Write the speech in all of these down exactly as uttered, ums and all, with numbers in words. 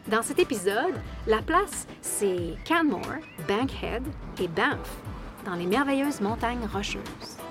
Dans cet épisode, la place, c'est Canmore, Bankhead et Banff, dans les merveilleuses montagnes rocheuses.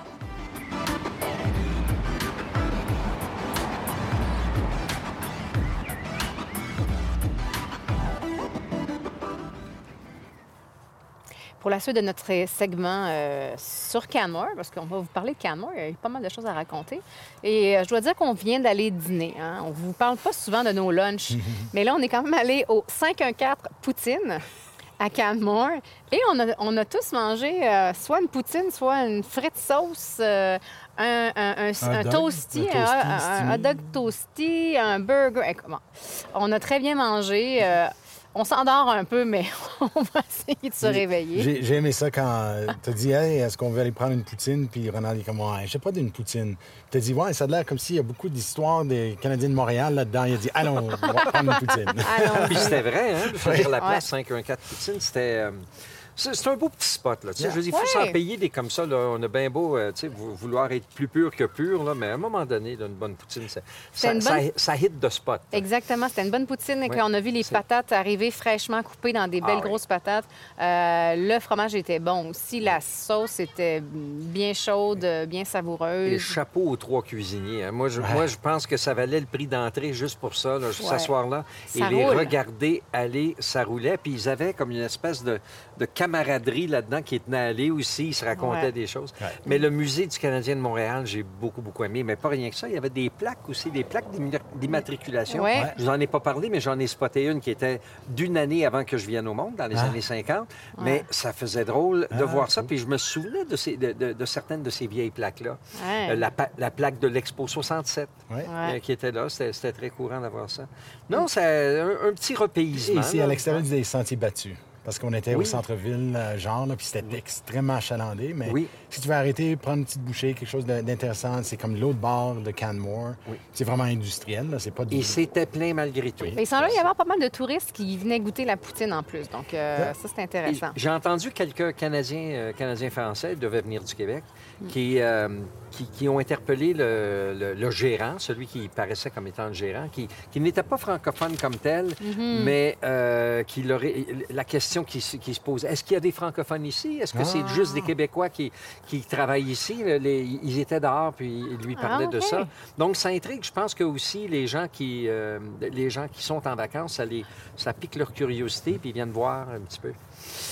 Pour la suite de notre segment euh, sur Canmore, parce qu'on va vous parler de Canmore, il y a pas mal de choses à raconter. Et euh, je dois dire qu'on vient d'aller dîner. Hein? On vous parle pas souvent de nos lunchs, mais là, on est quand même allé au cinq cent quatorze Poutine à Canmore. Et on a, on a tous mangé euh, soit une poutine, soit une frite sauce, euh, un, un, un, un, un toasty, un, un, un hot dog toasty, un burger. Et comment? On a très bien mangé. Euh, On s'endort un peu, mais on va essayer de se réveiller. J'ai, j'ai aimé ça quand tu as dit « Hey, est-ce qu'on veut aller prendre une poutine? » Puis Ronald est comme « Ouais, je sais pas d'une poutine. » Tu as dit « Ouais, ça a l'air comme s'il y a beaucoup d'histoires des Canadiens de Montréal là-dedans. » Il a dit « Allons, on va prendre une poutine. » Puis c'était vrai, hein? Je veux dire, la place Ouais. cinq cent quatorze Poutine, c'était... euh, C'est c'est un beau petit spot, là. Tu sais, Yeah. je veux dire, il faut Ouais. s'en payer des comme ça, là. On a bien beau, euh, tu sais, vou- vouloir être plus pur que pur, là, mais à un moment donné, là, une bonne poutine, ça, ça, une ça, bonne- ça hit de spot. Exactement. C'était une bonne poutine. Et Ouais. quand on a vu les C'est- patates arriver fraîchement coupées dans des belles Ah oui. grosses patates, euh, le fromage était bon aussi. La sauce était bien chaude, bien Et savoureuse. chapeau aux trois cuisiniers. hein. Moi, je, moi, je pense que ça valait le prix d'entrée juste pour ça, là, juste Ouais. s'asseoir là et Ça les roule. regarder aller, ça roulait. Puis ils avaient comme une espèce de, de camaraderie là-dedans qui tenait à aller aussi. Ils se racontaient Ouais. des choses. Ouais. Mais le musée du Canadien de Montréal, j'ai beaucoup, beaucoup aimé. Mais pas rien que ça. Il y avait des plaques aussi, des plaques d'immi- d'immatriculation. Ouais. Ouais. Je vous en ai pas parlé, mais j'en ai spoté une qui était d'une année avant que je vienne au monde, dans les Ah. années cinquante. Ouais. Mais ça faisait drôle de Ah, voir ça. cool. Puis je me souvenais de, ces, de, de- de certaines de ces vieilles plaques-là. Ouais. Euh, la, pa- la plaque de l'Expo soixante-sept Ouais. Ouais. euh, qui était là. C'était c'était très courant d'avoir ça. Non, c'est un, un petit repaysement. Et c'est là. à l'extérieur des sentiers battus. Parce qu'on était Oui. au centre-ville, euh, genre, là, puis c'était extrêmement achalandé. Mais Oui. si tu veux arrêter, prendre une petite bouchée, quelque chose de- d'intéressant, c'est comme l'autre bord de Canmore. Oui. C'est vraiment industriel, là. C'est pas du... Et c'était plein malgré tout. Mais il semblait y avoir pas mal de touristes qui venaient goûter la poutine en plus. Donc, euh, ça, c'est Et intéressant. J'ai entendu quelques Canadiens, euh, Canadiens français, ils devaient venir du Québec, qui, euh, qui, qui ont interpellé le, le- le gérant, celui qui paraissait comme étant le gérant, qui, qui n'était pas francophone comme tel, mais euh, qui leur est- la question qui, se- qui se pose, est-ce qu'il y a des francophones ici? Est-ce que c'est Ah. juste des Québécois qui, qui travaillent ici? Les- ils étaient dehors, puis ils lui parlaient Ah, de OK. ça. Donc, ça intrigue. Je pense que aussi les gens qui, euh, les gens qui sont en vacances, ça, les, ça pique leur curiosité, puis ils viennent voir un petit peu.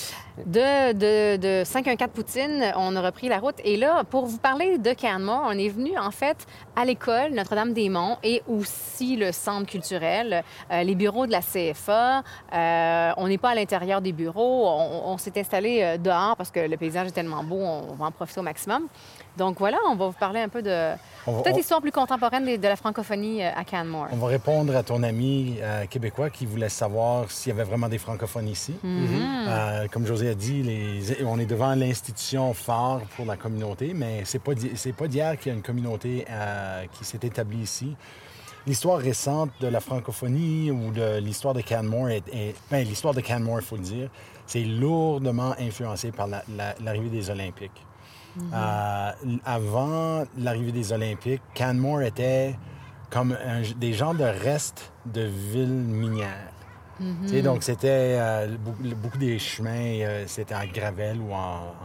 De, de, de cinq cent quatorze Poutine, on a repris la route. Et là, pour vous parler de Canmore, on est venu, en fait, à l'école Notre-Dame-des-Monts et aussi le centre culturel, euh, les bureaux de la C F A. Euh, on n'est pas à l'intérieur des bureaux. On, on s'est installé euh, dehors parce que le paysage est tellement beau, on va en profiter au maximum. Donc voilà, on va vous parler un peu de On va- peut-être on- histoire plus contemporaine de, de la francophonie euh, à Canmore. On va répondre à ton ami euh, québécois qui voulait savoir s'il y avait vraiment des francophones ici. Euh, comme José a dit, les- on est devant l'institution phare pour la communauté, mais c'est pas d'hi- c'est pas d'hier qu'il y a une communauté euh, qui s'est établie ici. L'histoire récente de la francophonie ou de l'histoire de Canmore, est, est- ben, l'histoire de Canmore, il faut le dire, c'est lourdement influencé par la- la- l'arrivée des Olympiques. Euh, avant l'arrivée des Olympiques, Canmore était comme un- des genres de restes de villes minières. Tu sais, donc, c'était euh, beaucoup, beaucoup des chemins, euh, c'était en gravelle ou en,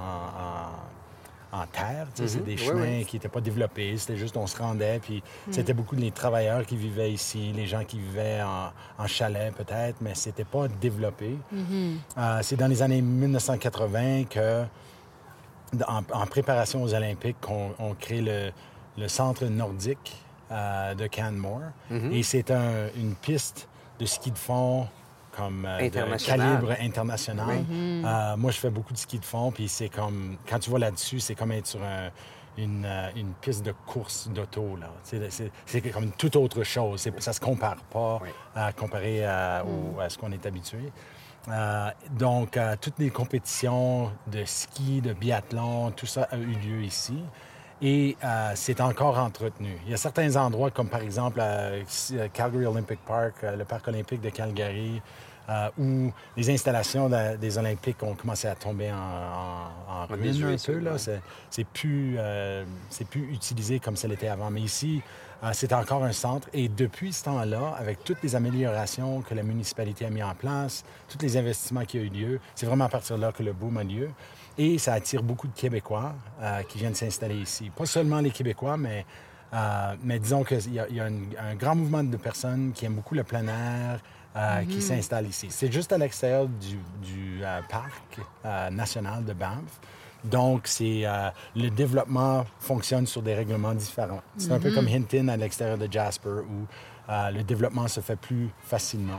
en- en- en terre. Tu sais, C'est des Oui, chemins oui. qui n'étaient pas développés. C'était juste, on se rendait, puis c'était beaucoup les travailleurs qui vivaient ici, les gens qui vivaient en, en chalet peut-être, mais c'était pas développé. Euh, c'est dans les années mille neuf cent quatre-vingt que, en, en préparation aux Olympiques, qu'on on crée le, le centre nordique euh, de Canmore. Et c'est un- une piste de ski de fond comme euh, de International. calibre international. Euh, moi, je fais beaucoup de ski de fond, puis c'est comme, quand tu vas là-dessus, c'est comme être sur un- une, euh, une piste de course d'auto, là. C'est, c'est- c'est comme une toute autre chose. C'est- ça se compare pas Oui. à comparé à, au- à ce qu'on est habitué. Euh, donc, euh, toutes les compétitions de ski, de biathlon, tout ça a eu lieu ici. Et euh, c'est encore entretenu. Il y a certains endroits, comme par exemple euh, Calgary Olympic Park, euh, le parc olympique de Calgary, euh, où les installations de- des Olympiques ont commencé à tomber en, en, en En ruine désuétude, un peu. Là. ouais. C'est, c'est, plus, euh, c'est plus utilisé comme ça l'était avant. Mais ici, euh, c'est encore un centre. Et depuis ce temps-là, avec toutes les améliorations que la municipalité a mis en place, tous les investissements qui ont eu lieu, c'est vraiment à partir de là que le boom a lieu. Et ça attire beaucoup de Québécois euh, qui viennent s'installer ici. Pas seulement les Québécois, mais, euh, mais disons qu'il y a, il y a une- un grand mouvement de personnes qui aiment beaucoup le plein air, euh, qui s'installent ici. C'est juste à l'extérieur du, du euh, parc euh, national de Banff. Donc, c'est, euh, le développement fonctionne sur des règlements différents. C'est un peu comme Hinton à l'extérieur de Jasper, où euh, le développement se fait plus facilement.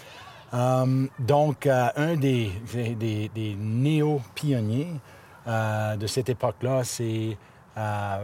Um, donc, euh, un des, des, des néo-pionniers euh, de cette époque-là, c'est euh, euh,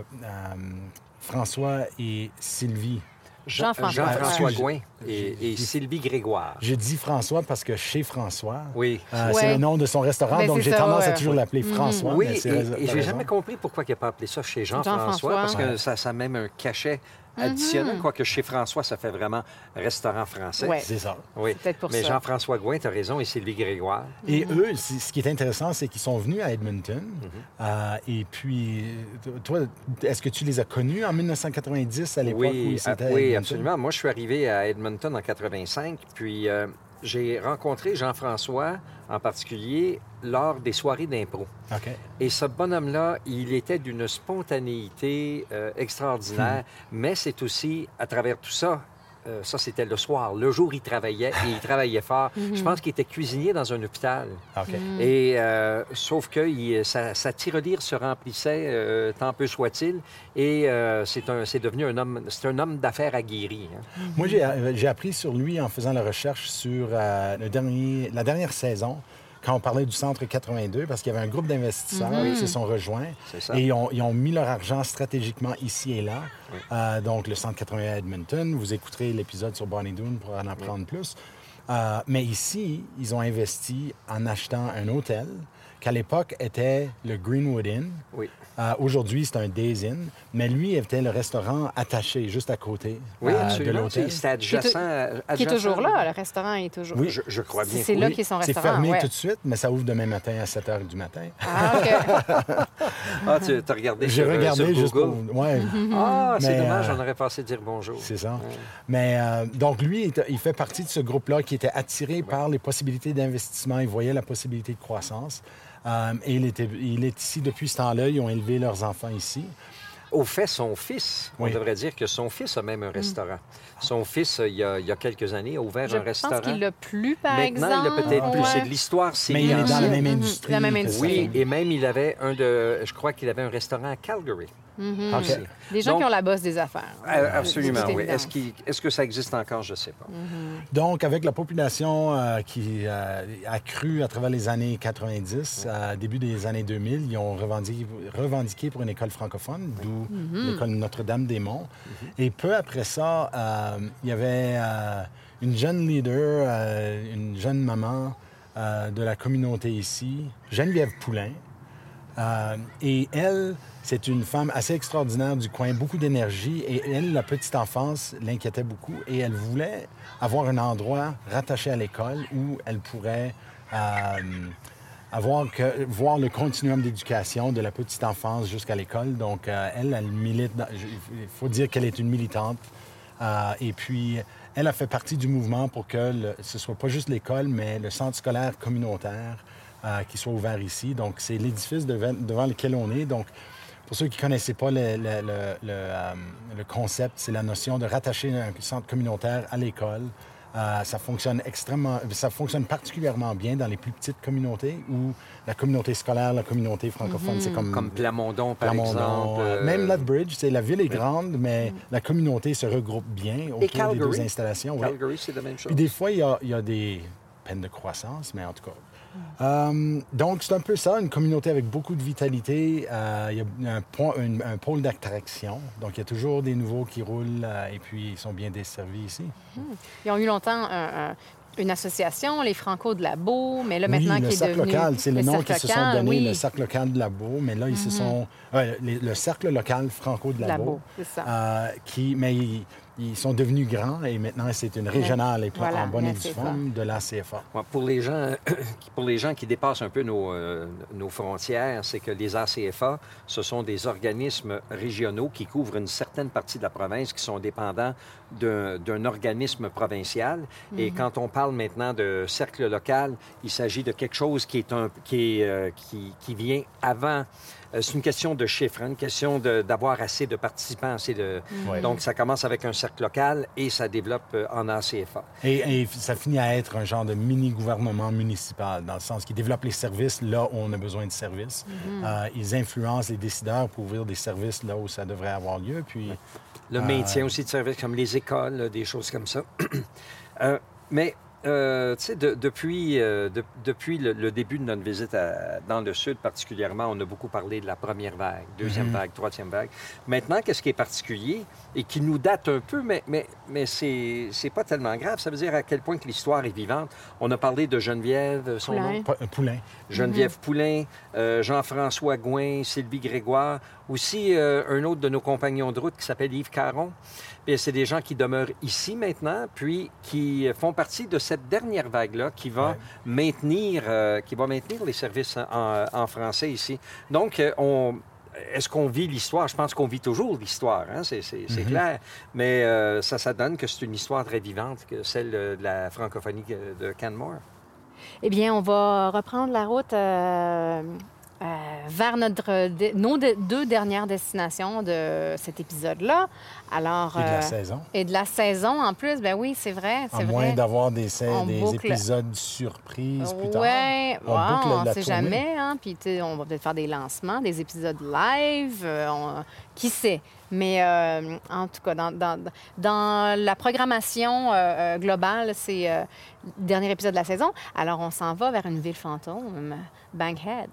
François et Sylvie. Jean- Jean-François. Jean-François Ah, excuse- Gouin et, et Sylvie Grégoire. Je dis François parce que chez François, Oui. euh, Ouais. c'est le nom de son restaurant, Ben, donc c'est j'ai ça, tendance ouais. à toujours l'appeler François. Oui, mais c'est et, raison- et t'as j'ai raison. jamais compris pourquoi il n'a pas appelé ça chez Jean-François, Jean-François. parce que Ouais. ça, ça a même un cachet additionnel, quoique chez François, ça fait vraiment restaurant français. Ouais. C'est ça. Oui. C'est peut-être pour Mais ça. Jean-François Gouin, tu as raison, et Sylvie Grégoire. Et eux, c- ce qui est intéressant, c'est qu'ils sont venus à Edmonton. Euh, et puis, toi, est-ce que tu les as connus en dix-neuf cent quatre-vingt-dix, à l'époque où Oui, ils étaient ah, à oui, Edmonton? absolument. Moi, je suis arrivé à Edmonton en quatre-vingt-cinq, puis euh, j'ai rencontré Jean-François, en particulier, lors des soirées d'impro. OK. Et ce bonhomme-là, il était d'une spontanéité euh, extraordinaire, mais c'est aussi, à travers tout ça, euh, ça c'était le soir. Le jour, il travaillait et il travaillait fort. Je pense qu'il était cuisinier dans un hôpital. OK. Et euh, sauf que il- sa, sa tirelire se remplissait, euh, tant peu soit-il, et euh, c'est un, c'est devenu un homme, c'est un homme d'affaires aguerri. hein. Moi, j'ai, euh, j'ai appris sur lui en faisant la recherche sur euh, le dernier, la dernière saison, quand on parlait du Centre quatre-vingt-deux, parce qu'il y avait un groupe d'investisseurs qui se sont rejoints. C'est ça. Et ils ont, ils ont mis leur argent stratégiquement ici et là. Euh, donc, le Centre quatre-vingt-un à Edmonton. Vous écouterez l'épisode sur Bonnie Doon pour en apprendre plus. Euh, mais ici, ils ont investi en achetant un hôtel qu'à l'époque était le Greenwood Inn. Oui. Euh, aujourd'hui, c'est un Days Inn. Mais lui était le restaurant attaché juste à côté Oui, euh, de absolument. l'hôtel. C'était adjacent. Qui est adjacent- toujours là, le restaurant est toujours... Oui. Je, je crois bien. C'est que là oui. qu'est son C'est restaurant. fermé ouais. tout de suite, mais ça ouvre demain matin à sept heures du matin. Ah, OK. Ah, tu as regardé J'ai sur, euh, regardé sur juste pour... Google. Ouais, Ah, c'est Mais, dommage, euh, on aurait passé dire bonjour. c'est ça. Ouais. Mais euh, donc, lui, il était- il fait partie de ce groupe-là qui était attiré par les possibilités d'investissement. Il voyait la possibilité de croissance. Euh, et il, était, il est ici depuis ce temps-là. Ils ont élevé leurs enfants ici. Au fait, son fils, on Oui. devrait dire que son fils a même un restaurant. Son fils, euh, il y a, il y a quelques années, a ouvert Je un restaurant. pense qu'il l'a plus, par Maintenant, exemple. il l'a peut-être plus. ouais. C'est de l'histoire, c'est Mais il est bien dans la sûr. même Mhm. industrie. La même que industrie. ça. Oui, et même il avait un de... Je crois qu'il avait un restaurant à Calgary. Mhm. OK. aussi. Des gens Donc- qui ont la bosse des affaires. Euh, absolument, C'est oui. évident. Est-ce, qu'il- est-ce que ça existe encore? Je ne sais pas. Donc, avec la population euh, qui euh, a cru à travers les années quatre-vingt-dix, à début des années deux mille, ils ont revendiqué, revendiqué pour une école francophone, d'où l'école Notre-Dame-des-Monts. Et peu après ça, euh, il y avait euh, une jeune leader, euh, une jeune maman euh, de la communauté ici, Geneviève Poulain. Euh, et elle, c'est une femme assez extraordinaire du coin, beaucoup d'énergie. Et elle, la petite enfance, l'inquiétait beaucoup. Et elle voulait avoir un endroit rattaché à l'école où elle pourrait euh, avoir que, voir le continuum d'éducation de la petite enfance jusqu'à l'école. Donc, euh, elle, elle milite. dans- Il faut dire qu'elle est une militante. Euh, et puis, elle a fait partie du mouvement pour que le- ce soit pas juste l'école, mais le centre scolaire communautaire euh, qui soit ouvert ici. Donc, c'est l'édifice devant, devant lequel on est. Donc, pour ceux qui ne connaissaient pas le, le- le- le, euh, le concept, c'est la notion de rattacher un centre communautaire à l'école. Euh, ça fonctionne extrêmement, ça fonctionne particulièrement bien dans les plus petites communautés où la communauté scolaire, la communauté francophone, c'est comme, Comme Plamondon, par Plamondon, exemple. euh, euh, Même Lethbridge, c'est la ville est grande, mais la communauté se regroupe bien autour des Calgary. deux installations. ouais. Calgary, c'est la même chose. Puis des fois, il y a, il y a des peines de croissance, mais en tout cas. Euh, donc, c'est un peu ça, une communauté avec beaucoup de vitalité. Euh, il y a un, point, un, un pôle d'attraction. Donc, il y a toujours des nouveaux qui roulent euh, et puis ils sont bien desservis ici. Ils ont eu longtemps un, un- une association, les Franco de la Beau, mais là, maintenant, oui, le qui est cercle devenu... local, c'est le, nom cercle qu'ils se local, sont donné, oui. le cercle local de la Beau, mais là, ils se sont... euh, les- le cercle local Franco de la, La Beau, Beau, c'est ça. euh, qui, mais ils, ils sont devenus grands et maintenant, c'est une régionale et Voilà, en bonne et la due C F A. forme de la C F A. Ouais, Pour les gens, pour les gens qui dépassent un peu nos, euh, nos frontières, c'est que les A C F A, ce sont des organismes régionaux qui couvrent une certaine partie de la province, qui sont dépendants d'un d'un organisme provincial. Et quand on parle maintenant de cercle local, il s'agit de quelque chose qui est un, qui, est, euh, qui, qui vient avant. Euh, C'est une question de chiffres, hein, une question de- d'avoir assez de participants. Assez de... Ouais. Donc, ça commence avec un cercle local et ça développe euh, en A C F A. Et, et ça finit à être un genre de mini-gouvernement municipal, dans le sens qu'ils développent les services là où on a besoin de services. Euh, ils influencent les décideurs pour ouvrir des services là où ça devrait avoir lieu. Puis, Le Euh, maintien aussi de services comme les écoles, là, des choses comme ça. Euh, mais, euh, tu sais, de- depuis, euh, de- depuis le, le début de notre visite à- dans le Sud particulièrement, on a beaucoup parlé de la première vague, deuxième vague, troisième vague. Maintenant, qu'est-ce qui est particulier et qui nous date un peu, mais, mais, mais c'est c'est pas tellement grave. Ça veut dire à quel point que l'histoire est vivante. On a parlé de Geneviève, son Poulain. nom. Pa- un poulain. Geneviève Poulain, euh, Jean-François Gouin, Sylvie Grégoire, aussi euh, un autre de nos compagnons de route qui s'appelle Yves Caron. Puis c'est des gens qui demeurent ici maintenant, puis qui font partie de cette dernière vague-là qui va Ouais. maintenir, euh, qui va maintenir les services en, en français ici. Donc, euh, on est-ce qu'on vit l'histoire? Je pense qu'on vit toujours l'histoire, hein? c'est c'est- c'est clair. Mais euh, ça, ça donne que c'est une histoire très vivante, que celle de la francophonie de Canmore. Eh bien, on va reprendre la route euh, euh, vers notre, dé- nos dé- deux dernières destinations de cet épisode-là. Alors, Et de la euh, saison. et de la saison en plus, ben oui, c'est vrai, c'est À moins vrai. d'avoir des, sa- On des boucle. épisodes surprises plus tard. Ouais, On ouais, boucle on la sait tournée. jamais, hein. Puis, tu sais, on va peut-être faire des lancements, des épisodes live, euh, on- qui sait. Mais euh, en tout cas, dans, dans, dans la programmation euh, euh, globale, c'est euh, le dernier épisode de la saison. Alors, on s'en va vers une ville fantôme, Bankhead.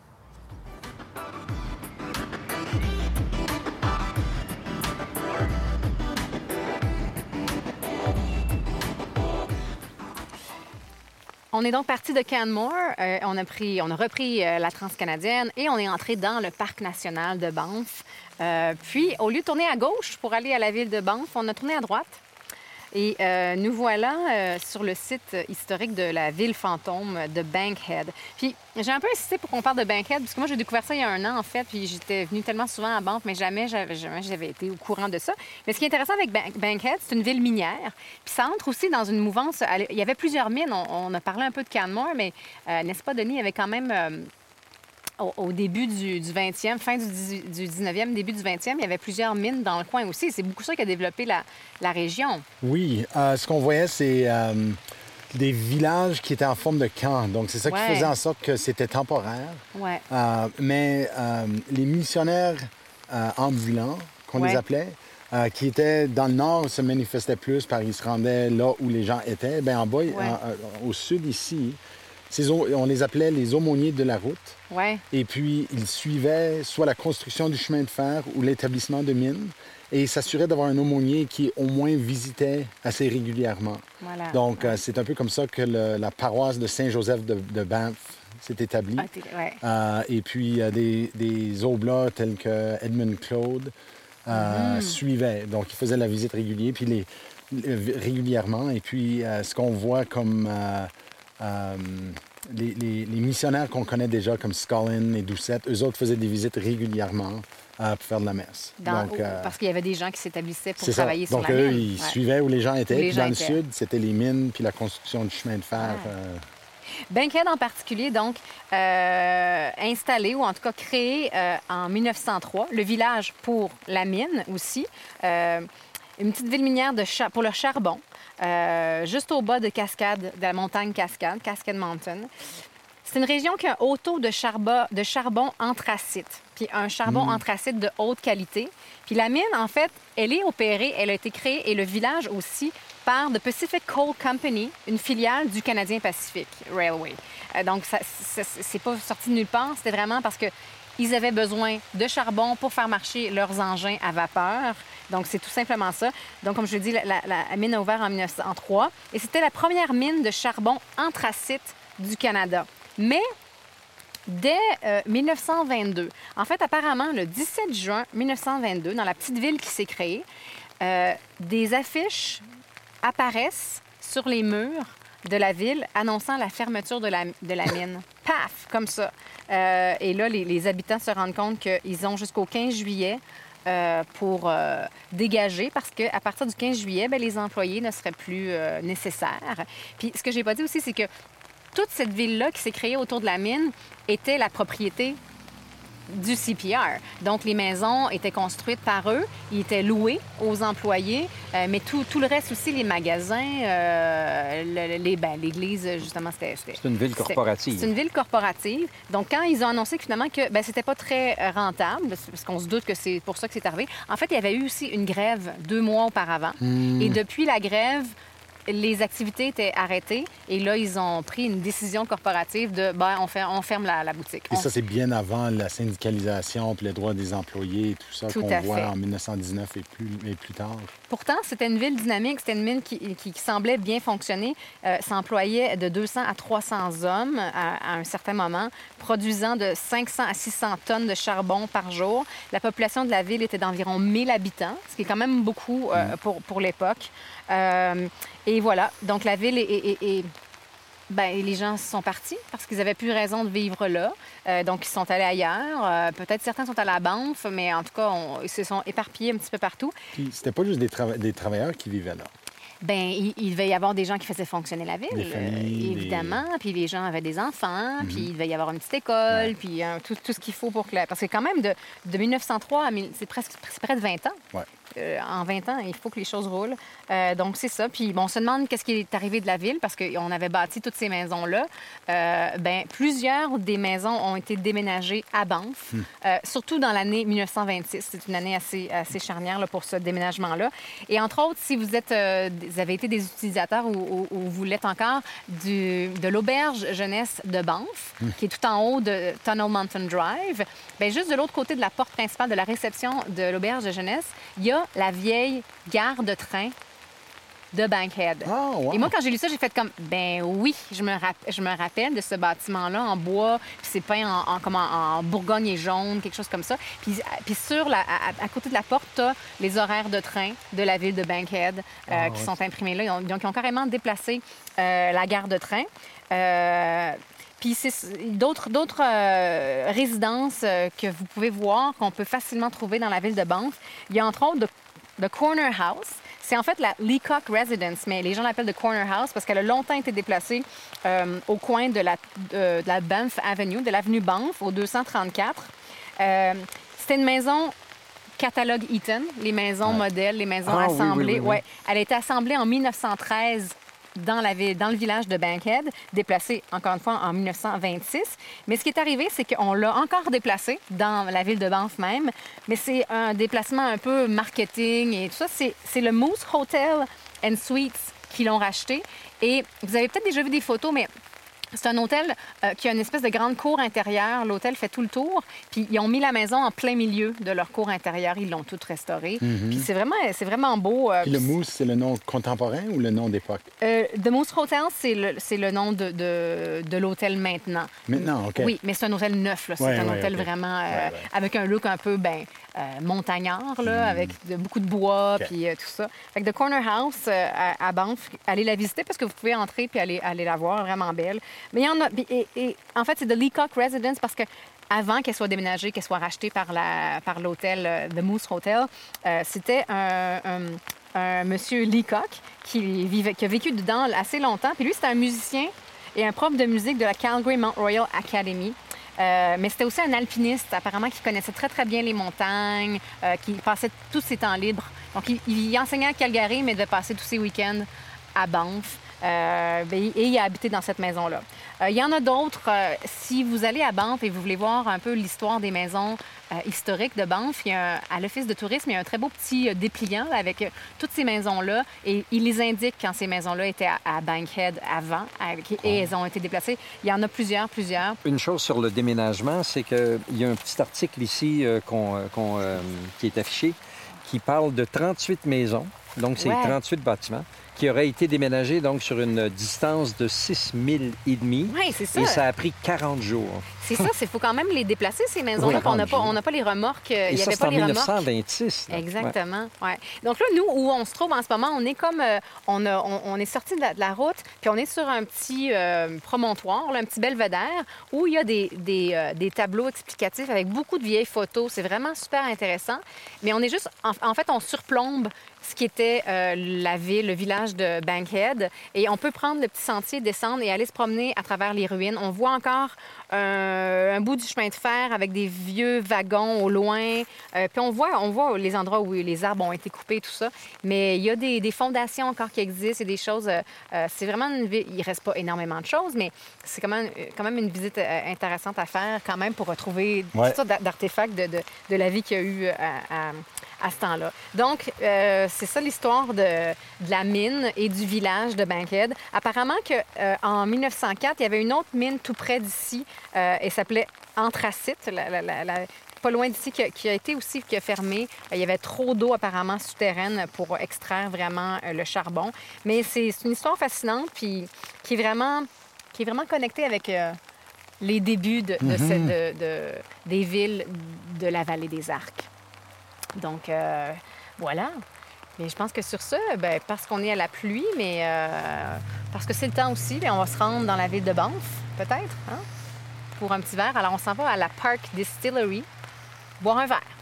On est donc parti de Canmore. Euh, on, a pris, on a repris euh, la Transcanadienne et on est entré dans le parc national de Banff. Euh, puis, au lieu de tourner à gauche pour aller à la ville de Banff, on a tourné à droite. Et euh, nous voilà euh, sur le site historique de la ville fantôme de Bankhead. Puis, j'ai un peu insisté pour qu'on parle de Bankhead, parce que moi, j'ai découvert ça il y a un an, en fait, puis j'étais venue tellement souvent à Banff, mais jamais j'avais, jamais j'avais été au courant de ça. Mais ce qui est intéressant avec Bank- Bankhead, c'est une ville minière, puis ça entre aussi dans une mouvance... Il y avait plusieurs mines, on, on a parlé un peu de Canmore, mais euh, n'est-ce pas, Denis, il y avait quand même... euh, au, au début du, du vingtième, fin du, dix- du dix-neuvième, début du vingtième, il y avait plusieurs mines dans le coin aussi. C'est beaucoup ça qui a développé la, la région. Oui, euh, ce qu'on voyait, c'est euh, des villages qui étaient en forme de camp. Donc, c'est ça qui Ouais. faisait en sorte que c'était temporaire. Ouais. Euh, mais euh, les missionnaires euh, ambulants, qu'on Ouais. les appelait, euh, qui étaient dans le nord, se manifestaient plus parce qu'ils se rendaient là où les gens étaient. Bien, en bas, en- en- au sud ici, ces au- on les appelait les aumôniers de la route. Ouais. Et puis, ils suivaient soit la construction du chemin de fer ou l'établissement de mines. Et ils s'assuraient d'avoir un aumônier qui, au moins, visitait assez régulièrement. Voilà. Donc, euh, c'est un peu comme ça que le- la paroisse de Saint-Joseph de, de Banff s'est établie. Ah, t'es- ouais. Euh, et puis, euh, des, des oblats tels que Edmund Claude euh, Mm-hmm. suivaient. Donc, ils faisaient la visite régulière, puis les, les- régulièrement. Et puis, euh, ce qu'on voit comme euh, euh, les, les- les missionnaires qu'on connaît déjà, comme Scullin et Doucette, eux autres faisaient des visites régulièrement euh, pour faire de la messe. Dans- Donc, euh, Parce qu'il y avait des gens qui s'établissaient pour c'est ça. travailler sur Donc, la eux, mine. ils Ouais. suivaient où les gens étaient. Où les Puis gens dans le étaient. sud, c'était les mines puis la construction du chemin de fer. Ah. euh, Bankhead en particulier, donc, euh, installé ou en tout cas créé euh, en mille neuf cent trois, le village pour la mine aussi, euh, une petite ville minière de cha- pour le charbon, euh, juste au bas de Cascade, de la montagne Cascade, Cascade Mountain. C'est une région qui a un haut taux de charbon, de charbon anthracite, puis un charbon anthracite de haute qualité. Puis la mine, en fait, elle est opérée, elle a été créée, et le village aussi, par The Pacific Coal Company, une filiale du Canadien Pacific Railway. Euh, donc, ça, ça- c'est pas sorti de nulle part, c'était vraiment parce que ils avaient besoin de charbon pour faire marcher leurs engins à vapeur. Donc, c'est tout simplement ça. Donc, comme je l'ai dit, la, la, la mine a ouvert en mille neuf cent trois et c'était la première mine de charbon anthracite du Canada. Mais dès euh, mille neuf cent vingt-deux, en fait, apparemment, le dix-sept juin mille neuf cent vingt-deux, dans la petite ville qui s'est créée, euh, des affiches apparaissent sur les murs de la ville annonçant la fermeture de la, de la mine. Paf! Comme ça. Euh, et là, les, les habitants se rendent compte qu'ils ont jusqu'au quinze juillet euh, pour euh, dégager parce qu'à partir du quinze juillet, bien, les employés ne seraient plus euh, nécessaires. Puis ce que j'ai pas dit aussi, c'est que toute cette ville-là qui s'est créée autour de la mine était la propriété du C P R. Donc, les maisons étaient construites par eux, ils étaient loués aux employés, euh, mais tout, tout le reste aussi, les magasins, euh, le, les, ben, l'église, justement, c'était... c'était c'est une ville corporative. C'est une ville corporative. Donc, quand ils ont annoncé que, finalement que ben, c'était pas très rentable, parce qu'on se doute que c'est pour ça que c'est arrivé, en fait, il y avait eu aussi une grève deux mois auparavant. Mmh. Et depuis la grève, les activités étaient arrêtées et là, ils ont pris une décision corporative de, ben, on, fait, on ferme la, la boutique. Et on... ça, c'est bien avant la syndicalisation puis les droits des employés et tout ça tout qu'on voit fait. En mille neuf cent dix-neuf et plus, et plus tard. Pourtant, c'était une ville dynamique, c'était une mine qui, qui, qui semblait bien fonctionner. Euh, ça employait de deux cents à trois cents hommes à, à un certain moment, produisant de cinq cents à six cents tonnes de charbon par jour. La population de la ville était d'environ mille habitants, ce qui est quand même beaucoup euh, mmh. pour, pour l'époque. Euh, et voilà, donc la ville est... est, est, est... Bien, les gens sont partis parce qu'ils n'avaient plus raison de vivre là. Euh, donc, ils sont allés ailleurs. Euh, peut-être certains sont allés à Banff, mais en tout cas, on, ils se sont éparpillés un petit peu partout. Puis, c'était pas juste des, trava- des travailleurs qui vivaient là. Bien, il, il devait y avoir des gens qui faisaient fonctionner la ville, des familles, euh, évidemment. Des... Puis les gens avaient des enfants, mm-hmm. puis il devait y avoir une petite école, ouais. puis euh, tout, tout ce qu'il faut pour que... La... Parce que quand même, de, de mille neuf cent trois à... mille... C'est presque c'est près de vingt ans. Ouais. Euh, en vingt ans, il faut que les choses roulent. Euh, donc, c'est ça. Puis, bon, on se demande qu'est-ce qui est arrivé de la ville parce qu'on avait bâti toutes ces maisons-là. Euh, bien, plusieurs des maisons ont été déménagées à Banff, mm. euh, surtout dans l'année mille neuf cent vingt-six. C'est une année assez, assez charnière là, pour ce déménagement-là. Et entre autres, si vous, êtes, euh, vous avez été des utilisateurs ou, ou, ou vous l'êtes encore du, de l'auberge jeunesse de Banff, mm. qui est tout en haut de Tunnel Mountain Drive, bien, juste de l'autre côté de la porte principale de la réception de l'auberge de jeunesse, il y a la vieille gare de train de Bankhead. Oh, wow. Et moi, quand j'ai lu ça, j'ai fait comme, ben oui, je me, rap- je me rappelle de ce bâtiment-là en bois, puis c'est peint en, en, comme en, en bourgogne et jaune, quelque chose comme ça. Puis, puis sur la, à, à côté de la porte, tu as les horaires de train de la ville de Bankhead euh, oh, qui ouais. sont imprimés là. Ils ont, donc, ils ont carrément déplacé euh, la gare de train. Euh, Puis c'est d'autres, d'autres euh, résidences euh, que vous pouvez voir, qu'on peut facilement trouver dans la ville de Banff. Il y a entre autres The Corner House. C'est en fait la Leacock Residence, mais les gens l'appellent The Corner House parce qu'elle a longtemps été déplacée euh, au coin de la, de, de la Banff Avenue, de l'avenue Banff, au deux cent trente-quatre. Euh, c'était une maison catalogue Eaton, les maisons ouais. modèles, les maisons ah, assemblées. Oui, oui, oui, oui. Ouais. Elle a été assemblée en mille neuf cent treize dans, la ville, dans le village de Bankhead, déplacée encore une fois en mille neuf cent vingt-six. Mais ce qui est arrivé, c'est qu'on l'a encore déplacée dans la ville de Banff même, mais c'est un déplacement un peu marketing et tout ça. C'est, c'est le Moose Hotel and Suites qui l'ont racheté. Et vous avez peut-être déjà vu des photos, mais c'est un hôtel euh, qui a une espèce de grande cour intérieure. L'hôtel fait tout le tour. Puis ils ont mis la maison en plein milieu de leur cour intérieure. Ils l'ont toute restaurée. Mm-hmm. Puis c'est vraiment, c'est vraiment beau. Euh, puis le Moose, c'est le nom contemporain ou le nom d'époque? Euh, The Moose Hotel, c'est le, c'est le nom de, de, de l'hôtel maintenant. Maintenant, OK. Oui, mais c'est un hôtel neuf. Là. C'est ouais, un ouais, hôtel okay. vraiment euh, ouais, ouais. avec un look un peu ben, euh, montagnard, là, mm. avec de, beaucoup de bois okay. puis euh, tout ça. Fait que The Corner House euh, à, à Banff, allez la visiter parce que vous pouvez entrer puis aller, aller la voir, vraiment belle. Mais il y en a... Et, et, en fait, c'est The Leacock Residence parce que avant qu'elle soit déménagée, qu'elle soit rachetée par, la, par l'hôtel euh, The Moose Hotel, euh, c'était un, un, un monsieur Leacock qui, vivait, qui a vécu dedans assez longtemps. Puis lui, c'était un musicien et un prof de musique de la Calgary Mount Royal Academy. Euh, mais c'était aussi un alpiniste, apparemment, qui connaissait très, très bien les montagnes, euh, qui passait tous ses temps libres. Donc, il, il enseignait à Calgary, mais devait passer tous ses week-ends à Banff. euh, ben, et il a habité dans cette maison-là. Euh, il y en a d'autres. Euh, si vous allez à Banff et vous voulez voir un peu l'histoire des maisons euh, historiques de Banff, il y a un- à l'Office de tourisme, il y a un très beau petit euh, dépliant là, avec euh, toutes ces maisons-là. Et il les indique quand ces maisons-là étaient à, à Bankhead avant avec- et elles ont été déplacées. Il y en a plusieurs, plusieurs. Une chose sur le déménagement, c'est qu'il y a un petit article ici euh, qu'on, euh, qu'on, euh, qui est affiché qui parle de trente-huit maisons, donc c'est Ouais. trente-huit bâtiments, qui auraient été déménagés donc sur une distance de six milles et demi. Oui, c'est ça. Et ça a pris quarante jours. C'est ça, il faut quand même les déplacer, ces maisons-là. Oui, puis on n'a pas, on n'a pas les remorques. euh, Et Il n'y ça, avait c'est pas en les mille neuf cent remorques. vingt-six. là. Ouais. Exactement. Ouais. Donc là, nous, où on se trouve en ce moment, on est comme. euh, on, a- on, on est sorti de la, de la route, puis on est sur un petit euh, promontoire, là, un petit belvédère, où il y a des, des, euh, des tableaux explicatifs avec beaucoup de vieilles photos. C'est vraiment super intéressant. Mais on est juste. En, en fait, on surplombe ce qui était euh, la ville, le village de Bankhead. Et on peut prendre le petit sentier, descendre et aller se promener à travers les ruines. On voit encore euh, un bout du chemin de fer avec des vieux wagons au loin. Euh, puis on voit, on voit les endroits où les arbres ont été coupés, tout ça. Mais il y a des, des fondations encore qui existent et des choses... euh, euh, c'est vraiment une ville... Il reste pas énormément de choses, mais c'est quand même, quand même une visite euh, intéressante à faire quand même pour retrouver Ouais. toutes sortes d'a- d'artefacts de, de, de la vie qu'il y a eu à, à- à ce temps-là. Donc, euh, c'est ça l'histoire de, de la mine et du village de Bankhead. Apparemment qu'en mille neuf cent quatre, il y avait une autre mine tout près d'ici euh, et s'appelait Anthracite, la, la- la- la- pas loin d'ici, qui a, qui a été aussi qui a fermé. Euh, Il y avait trop d'eau apparemment souterraine pour extraire vraiment euh, le charbon. Mais c'est c'est une histoire fascinante puis qui est vraiment, qui est vraiment connectée avec euh, les débuts de, de ce- de- de- des villes de la vallée des Arcs. Donc, euh, voilà. Mais je pense que sur ça, ben, parce qu'on est à la pluie, mais euh, parce que c'est le temps aussi, bien, on va se rendre dans la ville de Banff, peut-être, hein, pour un petit verre. Alors, on s'en va à la Park Distillery, boire un verre.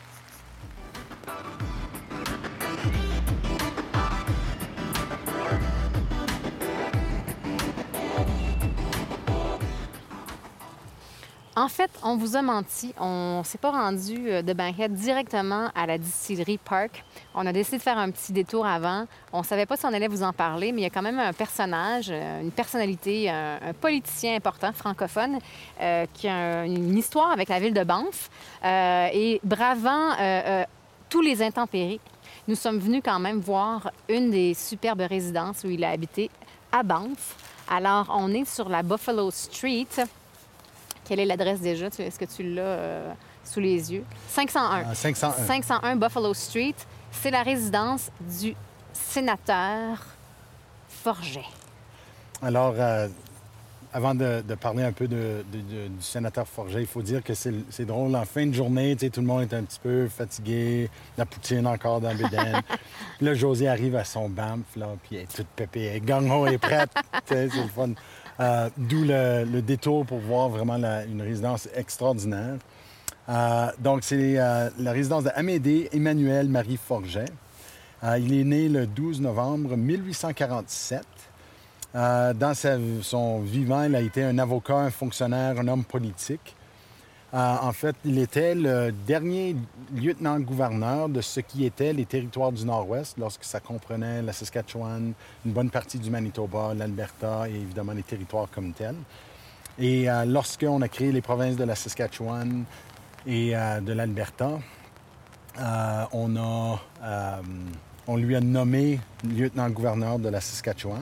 En fait, on vous a menti. On s'est pas rendu euh, de Bankhead directement à la distillerie Park. On a décidé de faire un petit détour avant. On savait pas si on allait vous en parler, mais il y a quand même un personnage, euh, une personnalité, un, un politicien important francophone euh, qui a un- une histoire avec la ville de Banff. Euh, et bravant euh, euh, tous les intempéries, nous sommes venus quand même voir une des superbes résidences où il a habité à Banff. Alors, on est sur la Buffalo Street. Quelle est l'adresse déjà? Tu- Est-ce que tu l'as euh, sous les yeux? cinq cent un. Ah, cinq cent un. cinq cent un Buffalo Street. C'est la résidence du sénateur Forget. Alors, euh, avant de, de parler un peu de- de- de- du sénateur Forget, il faut dire que c'est c'est drôle. En fin de journée, tu sais, tout le monde est un petit peu fatigué, la poutine encore dans le bédaine. Puis là, Josée arrive à son Banff, là, puis elle est toute pépée, elle est gang-ho, elle est prête. Tu sais, c'est le fun. Euh, D'où le, le détour pour voir vraiment la- une résidence extraordinaire. Euh, donc, c'est euh, la résidence d'Amédée Emmanuel Marie Forget. Euh, il est né le douze novembre mille huit cent quarante-sept. Euh, dans sa- son vivant, il a été un avocat, un fonctionnaire, un homme politique. Euh, en fait, il était le dernier lieutenant-gouverneur de ce qui était les territoires du Nord-Ouest, lorsque ça comprenait la Saskatchewan, une bonne partie du Manitoba, l'Alberta et évidemment les territoires comme tels. Et euh, lorsqu'on a créé les provinces de la Saskatchewan et euh, de l'Alberta, euh, on, a, euh, on lui a nommé lieutenant-gouverneur de la Saskatchewan.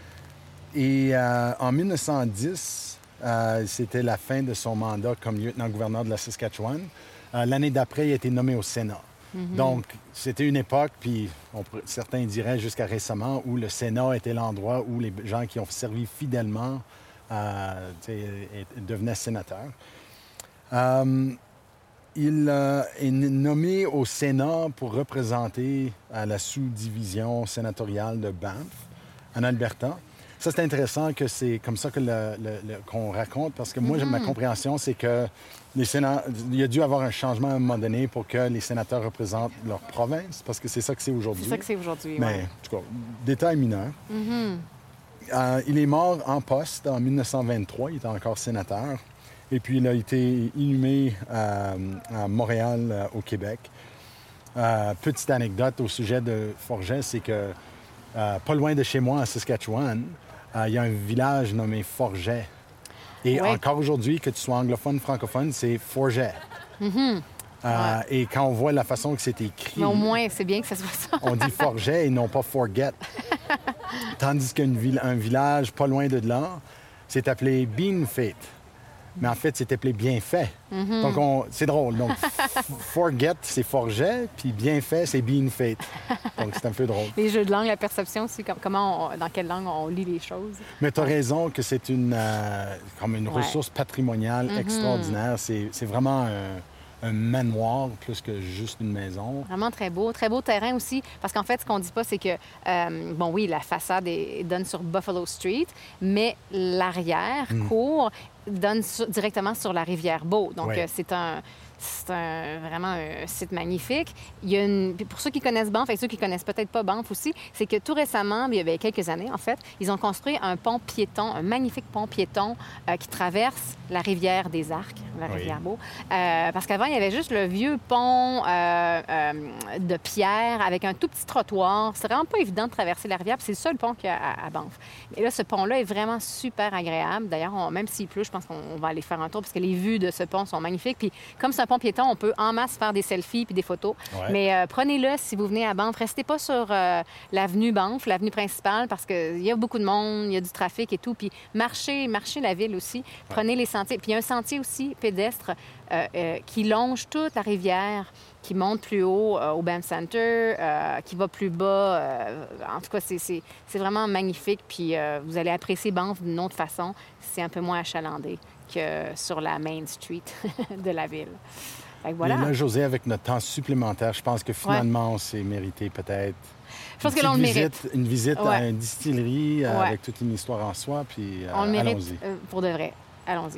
Et euh, en mille neuf cent dix, euh, c'était la fin de son mandat comme lieutenant-gouverneur de la Saskatchewan. Euh, l'année d'après, il a été nommé au Sénat. Donc, c'était une époque, puis on pourrait- certains diraient jusqu'à récemment, où le Sénat était l'endroit où les gens qui ont servi fidèlement euh, tu sais, et- devenaient sénateurs. Euh, il euh, est nommé au Sénat pour représenter euh, la sous-division sénatoriale de Banff, en Alberta. Ça, c'est intéressant que c'est comme ça que le- le- le- qu'on raconte, parce que moi, ma compréhension, c'est que les sénat... il y a dû avoir un changement à un moment donné pour que les sénateurs représentent leur province, parce que c'est ça que c'est aujourd'hui. C'est ça que c'est aujourd'hui. Mais, ouais. en tout cas, détail mineur. Euh, il est mort en poste en mille neuf cent vingt-trois. Il était encore sénateur. Et puis, il a été inhumé euh, à Montréal, euh, au Québec. Euh, petite anecdote au sujet de Forget, c'est que euh, pas loin de chez moi, en Saskatchewan, euh, il y a un village nommé Forget. Et Ouais. encore aujourd'hui, que tu sois anglophone, francophone, c'est Forget. Mm-hmm. Euh, et quand on voit la façon que c'est écrit, Mais au moins, c'est bien que ça soit ça. on dit Forget et non pas Forget. Tandis qu'un vil- un village pas loin de là, c'est appelé Beanfait. Mais en fait, c'est appelé Bienfait. Mm-hmm. Donc, on- c'est drôle. Donc, f- Forget, c'est Forget, puis Bienfait, c'est Beanfait. Donc, c'est un peu drôle. Les jeux de langue, la perception aussi, com- comment on- dans quelle langue on lit les choses. Mais tu as raison que c'est une, euh, comme une Ouais. ressource patrimoniale extraordinaire. C'est c'est vraiment un, un manoir plus que juste une maison. Vraiment très beau. Très beau terrain aussi, parce qu'en fait, ce qu'on dit pas, c'est que, euh, bon, oui, la façade est, donne sur Buffalo Street, mais l'arrière-cour donne sur- directement sur la rivière Beau. Donc, Ouais. euh, c'est un... C'est un, vraiment un site magnifique. Il y a une, puis pour ceux qui connaissent Banff et ceux qui connaissent peut-être pas Banff aussi, c'est que tout récemment, il y avait quelques années en fait, ils ont construit un pont piéton, un magnifique pont piéton euh, qui traverse la rivière des Arcs, la Oui. rivière Beau. Euh, parce qu'avant, il y avait juste le vieux pont euh, euh, de pierre avec un tout petit trottoir. C'est vraiment pas évident de traverser la rivière, puis c'est le seul pont qu'il y a à, à Banff. Et là, ce pont-là est vraiment super agréable. D'ailleurs, on- même s'il pleut, je pense qu'on on va aller faire un tour parce que les vues de ce pont sont magnifiques. Puis comme c'est un pont piéton, on peut en masse faire des selfies puis des photos. Ouais. Mais euh, prenez-le si vous venez à Banff. Restez pas sur euh, l'avenue Banff, l'avenue principale, parce qu'il y a beaucoup de monde, il y a du trafic et tout. Puis marchez, marchez la ville aussi. Prenez les sentiers. Puis il y a un sentier aussi pédestre euh, euh, qui longe toute la rivière, qui monte plus haut euh, au Banff Center, euh, qui va plus bas. euh, en tout cas, c'est, c'est, c'est vraiment magnifique. Puis euh, vous allez apprécier Banff d'une autre façon. C'est un peu moins achalandé que sur la Main Street de la ville. Fait que voilà. Et là, José, avec notre temps supplémentaire, je pense que finalement, on s'est mérité peut-être Je pense une que là, on le petite mérite. visite, une visite Ouais. à une distillerie euh, Ouais. avec toute une histoire en soi, puis euh, On le mérite allons-y. euh, pour de vrai. Allons-y.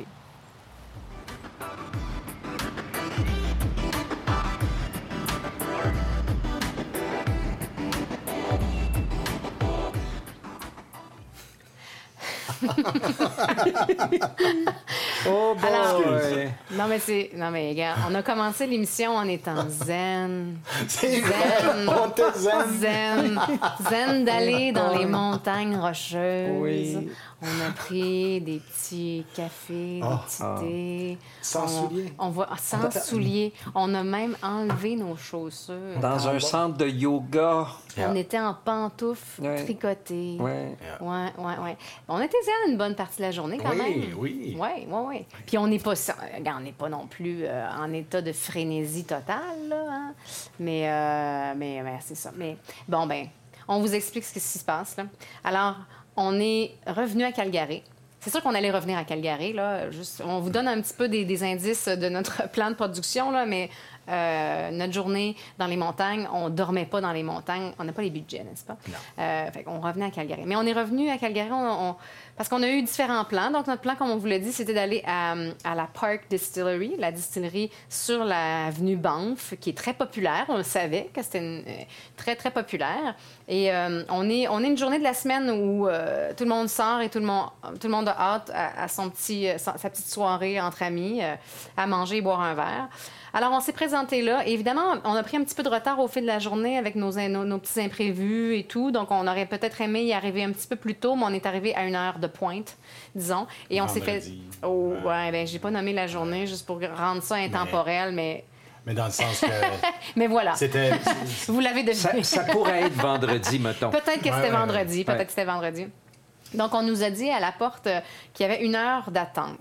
Oh, boy! Alors, Non, mais c'est. Non, mais regarde, on a commencé l'émission en étant zen. C'est Zen. on te zen. Zen. Zen d'aller dans les montagnes rocheuses. Oui. On a pris des petits cafés, Oh. des petits Ah. thés. Sans on, souliers. On va, sans souliers. On a même enlevé nos chaussures. Dans un centre de yoga. On était en pantoufles Ouais. tricotées. Ouais. Ouais, ouais, ouais. On était zen une bonne partie de la journée quand Oui, même. oui. Oui, oui, oui. Puis on n'est pas, ça- regarde, on n'est pas non plus euh, en état de frénésie totale, là, hein. Mais, euh, mais, mais c'est ça. Mais bon, ben, on vous explique ce qui se passe, là. Alors, on est revenu à Calgary. C'est sûr qu'on allait revenir à Calgary, là. Juste, on vous donne un petit peu des, des indices de notre plan de production, là, mais euh, notre journée dans les montagnes, on dormait pas dans les montagnes. On n'a pas les budgets, n'est-ce pas? Non. Euh, fait qu'on revenait à Calgary. Mais on est revenu à Calgary on- on- parce qu'on a eu différents plans. Donc, notre plan, comme on vous l'a dit, c'était d'aller à, à la Park Distillery, la distillerie sur l'avenue Banff, qui est très populaire. On le savait que c'était une- euh, très, très populaire. Et euh, on, est, on est une journée de la semaine où euh, tout le monde sort et tout le monde, tout le monde a hâte à, à son petit, euh, sa, sa petite soirée entre amis, euh, à manger et boire un verre. Alors, on s'est présenté là. Et évidemment, on a pris un petit peu de retard au fil de la journée avec nos, nos, nos petits imprévus et tout. Donc, on aurait peut-être aimé y arriver un petit peu plus tôt, mais on est arrivé à une heure de pointe, disons. Et on s'est fait... Vendredi. Oh, Ouais. ouais, ben j'ai pas nommé la journée juste pour rendre ça intemporel, mais... Mais dans le sens que Mais voilà, c'était... vous l'avez deviné. Ça, ça pourrait être vendredi, mettons. Peut-être que Ouais, c'était ouais, vendredi. ouais. Peut-être Ouais. que c'était vendredi. Donc, on nous a dit à la porte euh, qu'il y avait une heure d'attente.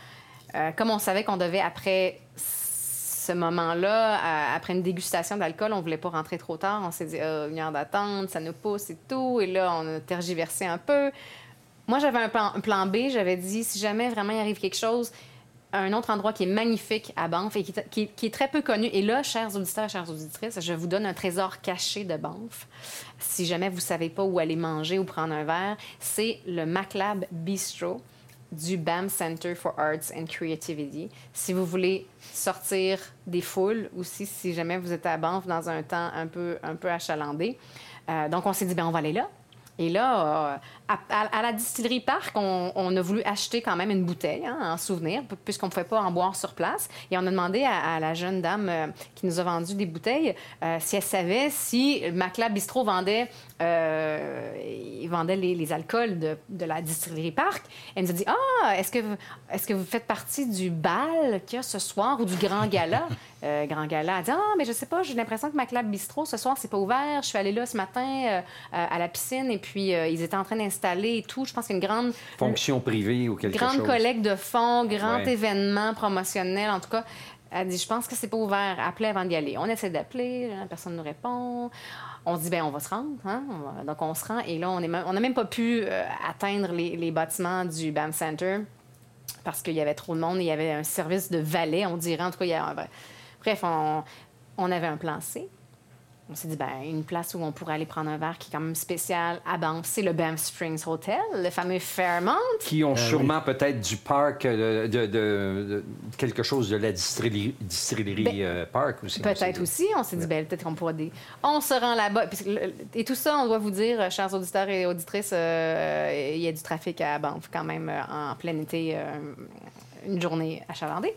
Euh, comme on savait qu'on devait, après ce moment-là, à- après une dégustation d'alcool, on voulait pas rentrer trop tard. On s'est dit, Ah, une heure d'attente, ça nous pousse et tout. Et là, on a tergiversé un peu. Moi, j'avais un plan, un plan B. J'avais dit, si jamais vraiment il arrive quelque chose, un autre endroit qui est magnifique à Banff et qui, est- qui est- qui est très peu connu. Et là, chers auditeurs, chères auditrices, je vous donne un trésor caché de Banff. Si jamais vous ne savez pas où aller manger ou prendre un verre, c'est le MacLab Bistro du B A M Center for Arts and Creativity. Si vous voulez sortir des foules aussi, si jamais vous êtes à Banff dans un temps un peu, un peu achalandé. Euh, donc, on s'est dit, ben on va aller là. Et là, euh, à, à, à la distillerie Parc, on, on a voulu acheter quand même une bouteille, hein, en souvenir, puisqu'on ne pouvait pas en boire sur place. Et on a demandé à, à la jeune dame euh, qui nous a vendu des bouteilles euh, si elle savait si Maclab Bistro vendait, euh, il vendait les, les alcools de, de la distillerie Parc. Elle nous a dit « Ah, est-ce que, vous, est-ce que vous faites partie du bal qu'il y a ce soir ou du grand gala? » euh, Grand gala. Elle dit « Ah, mais je sais pas, j'ai l'impression que Maclab Bistro, ce soir, c'est pas ouvert. Je suis allée là ce matin euh, à la piscine et puis euh, ils étaient en train d'installer et tout. Je pense qu'il y a une grande... Fonction privée ou quelque grande chose. Grande collecte de fonds, grand ouais. événement promotionnel. En tout cas, elle dit « Je pense que c'est pas ouvert. Appelez avant d'y aller. » On essaie d'appeler, personne ne nous répond. On se dit, bien, on va se rendre. Hein? On va... Donc, on se rend. Et là, on n'a même pas pu euh, atteindre les, les bâtiments du B A M Center parce qu'il y avait trop de monde. Il y avait un service de valet, on dirait. En tout cas, il y a... Bref, on, on avait un plan C. On s'est dit, bien, une place où on pourrait aller prendre un verre qui est quand même spécial à Banff, c'est le Banff Springs Hotel, le fameux Fairmont. Qui ont euh, sûrement oui. peut-être du parc, de, de, de, de quelque chose de la distillerie, distillerie ben, euh, parc aussi. Peut-être aussi. On s'est dit, bien, peut-être qu'on pourra... Des... On se rend là-bas. Et tout ça, on doit vous dire, chers auditeurs et auditrices, euh, il y a du trafic à Banff quand même en plein été, euh, une journée achalandée.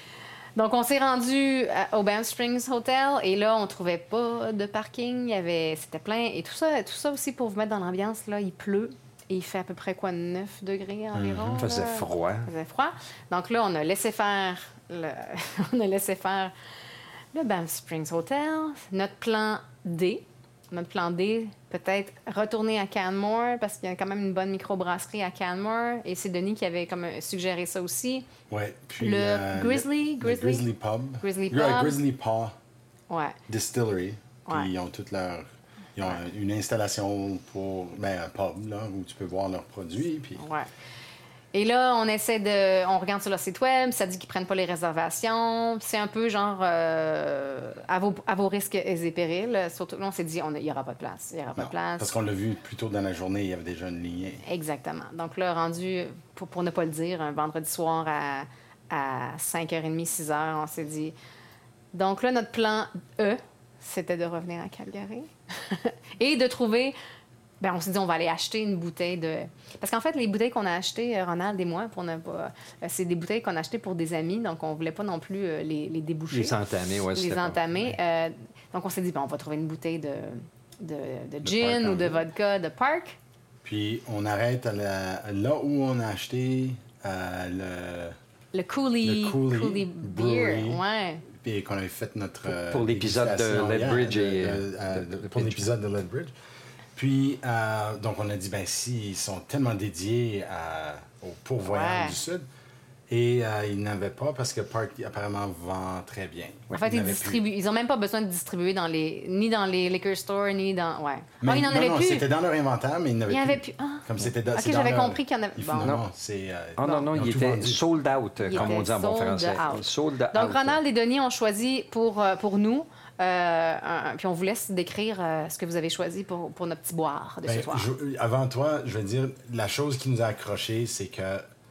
Donc, on s'est rendu au Banff Springs Hotel et là, on trouvait pas de parking. Il y avait... C'était plein. Et tout ça, tout ça aussi, pour vous mettre dans l'ambiance, là, il pleut et il fait à peu près, quoi, neuf degrés environ? Il faisait froid. Il faisait froid. Donc là, on a laissé faire le... on a laissé faire le Banff Springs Hotel. Notre plan D, notre plan D, peut-être retourner à Canmore parce qu'il y a quand même une bonne microbrasserie à Canmore et c'est Denis qui avait comme suggéré ça aussi. Oui, puis... Le euh, Grizzly, le, Grizzly? le Grizzly Pub. Grizzly Il y a un Pub. Grizzly Paw Ouais. Distillery. Puis Ouais. ils ont toute leur... Ils ont Ouais. une installation pour... Ben, un pub, là, où tu peux voir leurs produits, puis... Ouais. Et là, on essaie de... On regarde sur leur site web, ça dit qu'ils prennent pas les réservations. C'est un peu genre euh, à, vos, à vos risques et périls. Surtout, là, on s'est dit, il n'y aura pas de place. Il n'y aura pas Non, de place. parce qu'on l'a vu plus tôt dans la journée, il y avait déjà une lignée. Exactement. Donc là, rendu, pour, pour ne pas le dire, un vendredi soir à, à cinq heures trente, six heures, on s'est dit... Donc là, notre plan E, c'était de revenir à Calgary et de trouver... Bien, on s'est dit, on va aller acheter une bouteille de... Parce qu'en fait, les bouteilles qu'on a achetées, Ronald et moi, pour ne pas... c'est des bouteilles qu'on a achetées pour des amis, donc on voulait pas non plus les, les déboucher. Les entamer, oui. Les entamer. Pas... Euh, donc on s'est dit, bien, on va trouver une bouteille de, de, de, de gin Park, ou de hein. vodka de Park. Puis on arrête à la... là où on a acheté euh, le... Le Cooley, Le Cooley Cooley Beer, Brewery. ouais. Puis qu'on avait fait notre... Pour, pour l'épisode de Lethbridge et... Euh, euh, de, de, pour l'épisode de Lethbridge. Puis, euh, donc, on a dit, ben si, ils sont tellement dédiés à, au pourvoyeur Ouais. du Sud. Et euh, ils n'avaient pas parce que Park, apparemment, vend très bien. En fait, ils n'avaient distribuent. Ils n'ont même pas besoin de distribuer dans les... ni dans les liquor stores, ni dans... Ouais. Mais, Ah, il n'en non, avait non, plus. c'était dans leur inventaire, mais ils n'avaient Il n'y en plus. avait plus. Ah. Comme c'était dans, OK, c'est dans j'avais leur- compris qu'il y en avait... Ils- Bon. Non, Non. non, c'est... euh, Ah non, non, ils ont il tout était vendu. sold out, Il comme on était dit en bon sold français. out. Sold out. Donc, Ronald et Denis ont choisi pour, euh, pour nous, euh, un- puis on vous laisse décrire euh, ce que vous avez choisi pour, pour notre petit boire de Ben, ce soir. je- avant toi, je veux dire, la chose qui nous a accrochés, c'est que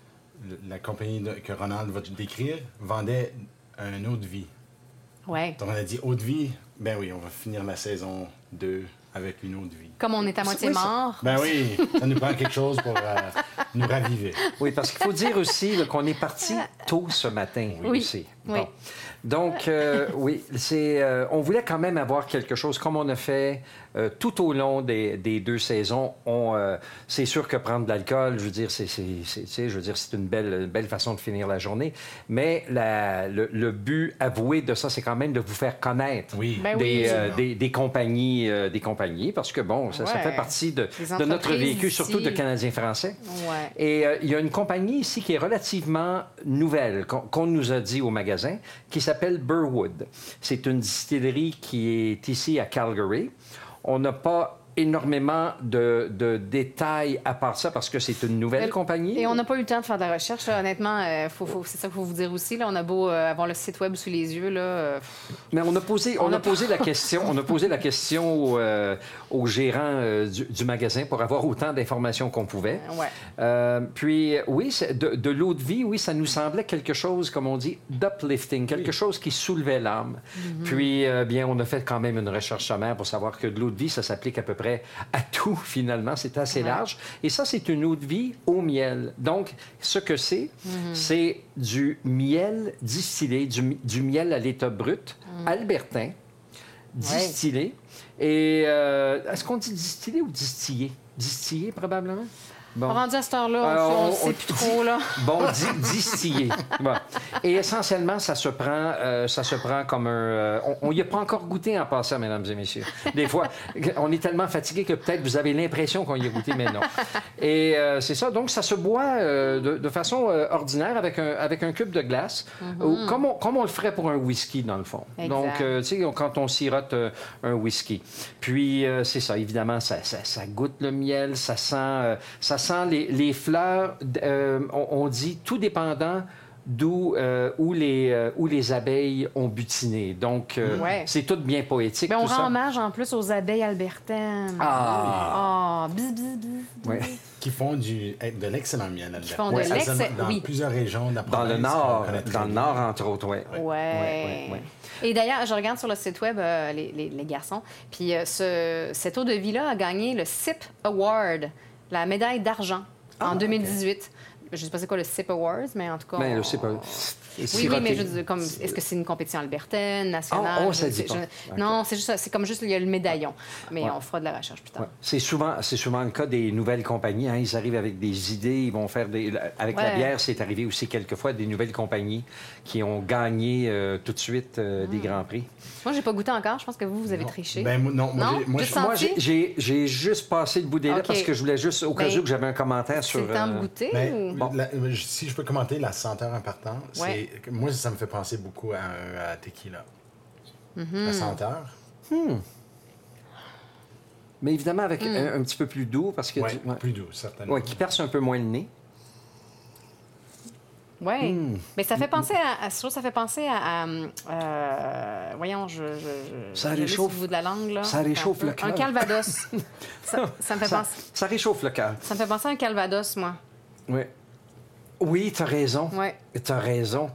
le- la compagnie de- que Ronald va te décrire vendait un eau de vie. Ouais. Donc, on a dit eau de vie, ben oui, on va finir la saison deux avec une eau de vie. Comme on est à moitié Oui, ça- mort. Ben oui, ça nous prend quelque chose pour euh, nous raviver. Oui, parce qu'il faut dire aussi là, qu'on est parti tôt ce matin Oui, aussi. oui. Donc, euh, oui, c'est, euh, on voulait quand même avoir quelque chose comme on a fait euh, tout au long des, des deux saisons. On, euh, c'est sûr que prendre de l'alcool, je veux dire, c'est, c'est, c'est, tu sais, je veux dire, c'est une belle, belle façon de finir la journée. Mais la, le, le but avoué de ça, c'est quand même de vous faire connaître Oui. Ben des, oui. euh, des, des compagnies, euh, des compagnies, parce que bon, ça, ça Ouais. fait partie de, Les de notre entreprises vécu, ici. surtout de Canadiens français. Ouais. Et euh, il y a une compagnie ici qui est relativement nouvelle, qu'on, qu'on nous a dit au magasin, qui s'appelle Burwood. C'est une distillerie qui est ici à Calgary. On n'a pas énormément de, de détails à part ça parce que c'est une nouvelle Et- compagnie. Et on n'a pas eu le temps de faire de la recherche. Là. Honnêtement, euh, faut, faut, c'est ça qu'il faut vous dire aussi. Là. On a beau euh, avoir le site web sous les yeux. Là, euh, Mais on a posé, on On a a- posé la question, on a posé la question au, euh, au gérant euh, du, du magasin pour avoir autant d'informations qu'on pouvait. ouais. Euh, puis, oui, c'est- de, de l'eau de vie, oui, ça nous semblait quelque chose, comme on dit, d'uplifting, quelque chose qui soulevait l'âme. Puis, euh, bien, on a fait quand même une recherche sommaire pour savoir que de l'eau de vie, ça s'applique à peu près près à tout, finalement. C'est assez ouais. large. Et ça, c'est une eau de vie au miel. Donc, ce que c'est, mm-hmm. c'est du miel distillé, du, du miel à l'état brut, mm. albertain, distillé. Ouais. Et euh, est-ce qu'on dit distillé ou distillé? Distillé, probablement? Bon. Rendu à cette heure-là, euh, on ne sait plus trop, là. Bon, di distillé. Bon. Et essentiellement, ça se prend, euh, ça se prend comme un... Euh, on n'y a pas encore goûté en passant, mesdames et messieurs. Des fois, on est tellement fatigué que peut-être vous avez l'impression qu'on y a goûté, mais non. Et euh, c'est ça. Donc, ça se boit euh, de, de façon euh, ordinaire avec un, avec un cube de glace, mm-hmm. ou, comme, on, comme on le ferait pour un whisky, dans le fond. Exact. Donc, euh, tu sais, quand on sirote euh, un whisky. Puis, euh, c'est ça, évidemment, ça, ça, ça goûte le miel, ça sent... Euh, ça sent les, les fleurs, euh, on, on dit tout dépendant d'où euh, où les, euh, où les abeilles ont butiné. Donc, euh, ouais. c'est tout bien poétique. Mais on tout rend ça. hommage en plus aux abeilles albertaines. Ah! Oh, bis, bis, bis. Ouais. Qui font du, de l'excellent miel albertain. Qui font de ouais. l'excellent... Dans oui. plusieurs régions de la province. Dans le nord, dans le nord, entre autres, oui. Oui. Ouais. Ouais, ouais, ouais. Et d'ailleurs, je regarde sur le site web euh, les, les, les garçons, puis euh, ce, cette eau de vie-là a gagné le S I P Award, la médaille d'argent, ah, en deux mille dix-huit. Okay. Je ne sais pas c'est quoi le S I P Awards, mais en tout cas... Mais le on... S I P... Oui, oui, mais je veux comme, est-ce que c'est une compétition albertaine, nationale? Oh, oh ça dit pas. Je... Okay. Non, c'est juste, c'est comme juste, il y a le médaillon. Mais ouais. on fera de la recherche plus tard. Ouais. C'est souvent, c'est souvent le cas des nouvelles compagnies. Hein. Ils arrivent avec des idées, ils vont faire des... Avec ouais. la bière, c'est arrivé aussi quelquefois des nouvelles compagnies qui ont gagné euh, tout de suite euh, mmh. des grands prix. Moi, j'ai pas goûté encore. Je pense que vous, vous avez non. triché. Ben, non, moi, non? Moi, moi j'ai juste passé le bout des lèvres okay. parce que je voulais juste, au cas ben, où, que j'avais un commentaire sur... C'est le temps de goûter? Ben, ou... bon. la, si je peux commenter la senteur importante, ouais. c'est... Moi, ça me fait penser beaucoup à un à tequila. Mm-hmm. La senteur. Hmm. Mais évidemment, avec mm. un, un petit peu plus doux, parce que... Oui, du... ouais. plus doux, certainement. Oui, qui perce un peu moins le nez. Oui, mm. mais ça fait penser à, à ça fait penser à, à euh, voyons, je, je, ça je réchauffe, au bout de la langue là. Ça réchauffe un, le cœur. Un calvados. ça, ça me fait ça, penser. Ça réchauffe le cœur. Ça me fait penser à un calvados, moi. Oui. Oui, t'as raison. Oui. T'as raison.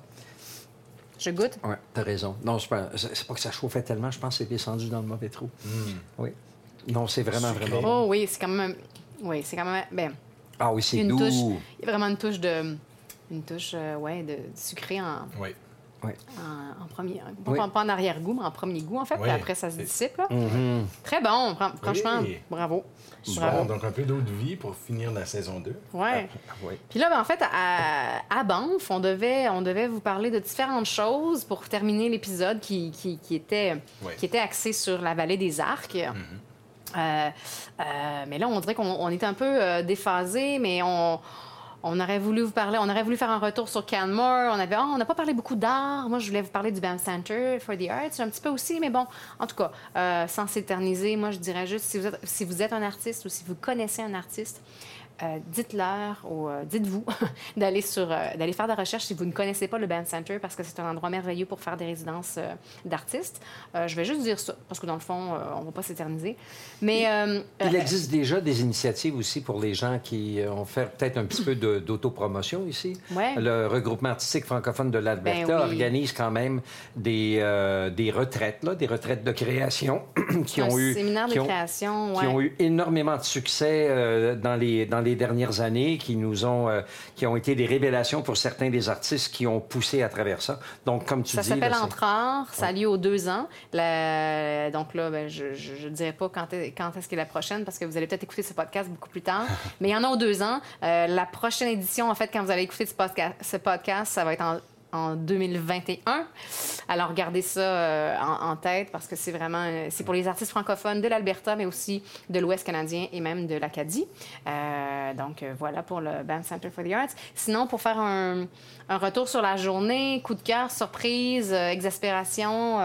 Je goûte. Oui, t'as raison. Non, c'est pas, c'est pas que ça chauffait tellement, je pense que c'est descendu dans le mauvais trou. Mm. Oui. Non, c'est vraiment, Sucré. vraiment. Oh oui, c'est quand même. Oui, c'est quand même. Ben. Ah oui, c'est doux. Touche, il y a vraiment une touche de. Une touche, euh, ouais, de sucré en. Oui. Oui. En, en premier. Oui. Pas, pas en arrière-goût, mais en premier goût, en fait. Oui. Puis après, ça se dissipe. Là. Mm-hmm. Très bon. Franchement, oui. bravo. Super. Bravo. Donc, un peu d'eau de vie pour finir la saison deux. Oui. Ah, oui. Puis là, ben, en fait, à, à Banff, on devait, on devait vous parler de différentes choses pour terminer l'épisode qui, qui, qui, était, oui. qui était axé sur la vallée des Arcs. Mm-hmm. euh, euh, mais là, on dirait qu'on on est un peu euh, déphasé, mais on... On aurait voulu vous parler, on aurait voulu faire un retour sur Canmore. On avait, oh, on n'a pas parlé beaucoup d'art. Moi, je voulais vous parler du Banff Center for the Arts, un petit peu aussi, mais bon, en tout cas, euh, sans s'éterniser, moi, je dirais juste, si vous êtes, si vous êtes un artiste ou si vous connaissez un artiste, euh, dites-leur ou euh, dites-vous d'aller sur euh, d'aller faire des recherches si vous ne connaissez pas le Banff Center parce que c'est un endroit merveilleux pour faire des résidences euh, d'artistes. Euh, je vais juste dire ça parce que dans le fond, euh, on ne va pas s'éterniser. Mais euh, il euh, existe déjà des initiatives aussi pour les gens qui ont fait peut-être un petit peu de, d'autopromotion ici. Ouais. Le regroupement artistique francophone de l'Alberta ben oui. organise quand même des, euh, des retraites, là, des retraites de création qui un ont eu séminaire qui de ont, création, ouais. qui ont eu énormément de succès euh, dans les dans les dernières années, qui nous ont euh, qui ont été des révélations pour certains des artistes qui ont poussé à travers ça. Donc comme tu ça dis, s'appelle là, Entre-Arts, ça a ouais. lieu aux deux ans. La... Donc là, ben, je ne dirais pas quand est, quand est-ce qu'est la prochaine parce que vous allez peut-être écouter ce podcast beaucoup plus tard. Mais il y en a aux deux ans. Euh, la prochaine édition, en fait, quand vous allez écouter ce podcast, ce podcast ça va être en en deux mille vingt et un. Alors, gardez ça euh, en, en tête parce que c'est vraiment... C'est pour les artistes francophones de l'Alberta, mais aussi de l'Ouest canadien et même de l'Acadie. Euh, donc, euh, voilà pour le Banff Center for the Arts. Sinon, pour faire un, un retour sur la journée, coup de cœur, surprise, euh, exaspération,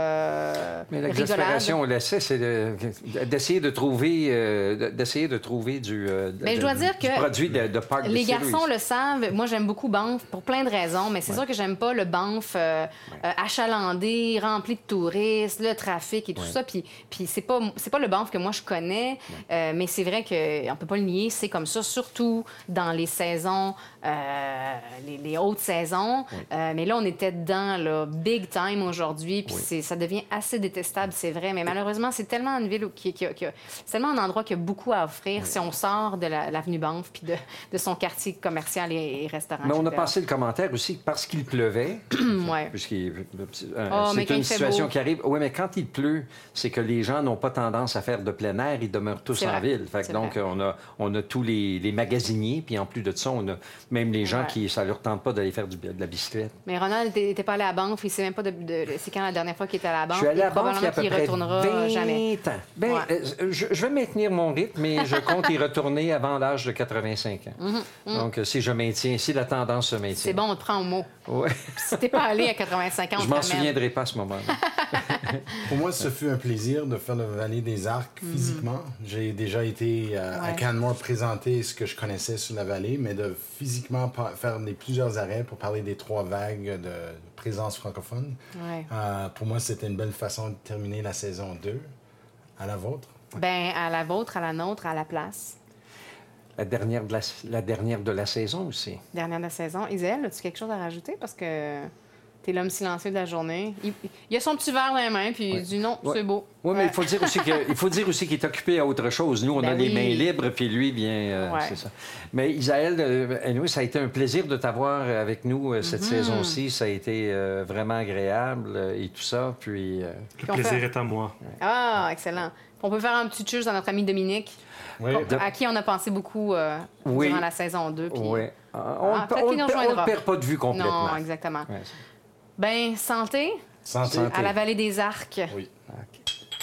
euh, mais l'exaspération, on le sait, c'est de, d'essayer de trouver, euh, d'essayer de trouver du, euh, mais de, je dois dire du que produit de, de Park les Distilleries. garçons le savent. Moi, j'aime beaucoup Banff pour plein de raisons, mais c'est ouais. sûr que j'aime j'aime pas le Banff euh, ouais. euh, achalandé, rempli de touristes, le trafic et tout ouais. ça. Puis, puis c'est pas, c'est pas le Banff que moi je connais, ouais. euh, mais c'est vrai qu'on peut pas le nier, c'est comme ça, surtout dans les saisons, euh, les, les hautes saisons. Ouais. Euh, mais là, on était dedans, là, big time aujourd'hui, puis ouais. ça devient assez détestable, c'est vrai. Mais malheureusement, c'est tellement une ville qui, qui, qui a, c'est tellement un endroit qui a beaucoup à offrir ouais. si on sort de la, l'avenue Banff puis de, de son quartier commercial et, et restaurant. Mais on a passé le commentaire aussi parce qu'il pleuvait. ouais. Puisqu'il, euh, oh, c'est une situation qui arrive. Oui, mais quand il pleut, c'est que les gens n'ont pas tendance à faire de plein air, ils demeurent tous c'est en vrai. ville. Fait que donc, on a, on a tous les, les magasiniers, puis en plus de ça, on a même les gens ouais. qui, ça leur tente pas d'aller faire du, de la bicyclette. Mais Ronald n'était pas allé à Banff, il sait même pas de, de, c'est quand la dernière fois qu'il était à la Banff. Je suis allé à Banff il y a à peu près retournera vingt jamais. ans. Ben, ouais. euh, je, je vais maintenir mon rythme, mais je compte y retourner avant l'âge de quatre-vingt-cinq ans. Mm-hmm, mm. Donc, si je maintiens, si la tendance se maintient. C'est bon, on te prend au mot. Ouais. Si t'es pas allé à quatre-vingt-cinq ans, on je m'en souviendrai pas à ce moment-là. Pour moi, ce fut un plaisir de faire la Vallée des Arcs mm-hmm. physiquement. J'ai déjà été euh, ouais. à Canmore présenter ce que je connaissais sur la vallée, mais de physiquement faire des, plusieurs arrêts pour parler des trois vagues de présence francophone. Ouais. Euh, pour moi, c'était une belle façon de terminer la saison deux. À la vôtre? Ouais. Bien, à la vôtre, à la nôtre, à la place. La dernière de la, la dernière de la saison aussi. Dernière de la saison. Isaël, as-tu quelque chose à rajouter? Parce que t'es l'homme silencieux de la journée. Il, il a son petit verre dans les mains, puis ouais. il dit non, ouais. c'est beau. Oui, ouais. mais il faut dire aussi que, il faut dire aussi qu'il est occupé à autre chose. Nous, on ben a oui. les mains libres, puis lui, bien, euh, ouais. c'est ça. Mais Isaël, euh, nous, ça a été un plaisir de t'avoir avec nous euh, cette mm-hmm. saison-ci. Ça a été euh, vraiment agréable euh, et tout ça. Puis, euh... Le plaisir fait... est à moi. Ah, excellent. On peut faire un petit cheers à notre ami Dominique, oui. à qui on a pensé beaucoup euh, oui. durant la saison deux. Puis... Oui. Ah, on ah, ne pe- perd pas de vue complètement. Non, exactement. Ouais, bien, santé. Santé. À la Vallée des Arcs. Oui. Okay.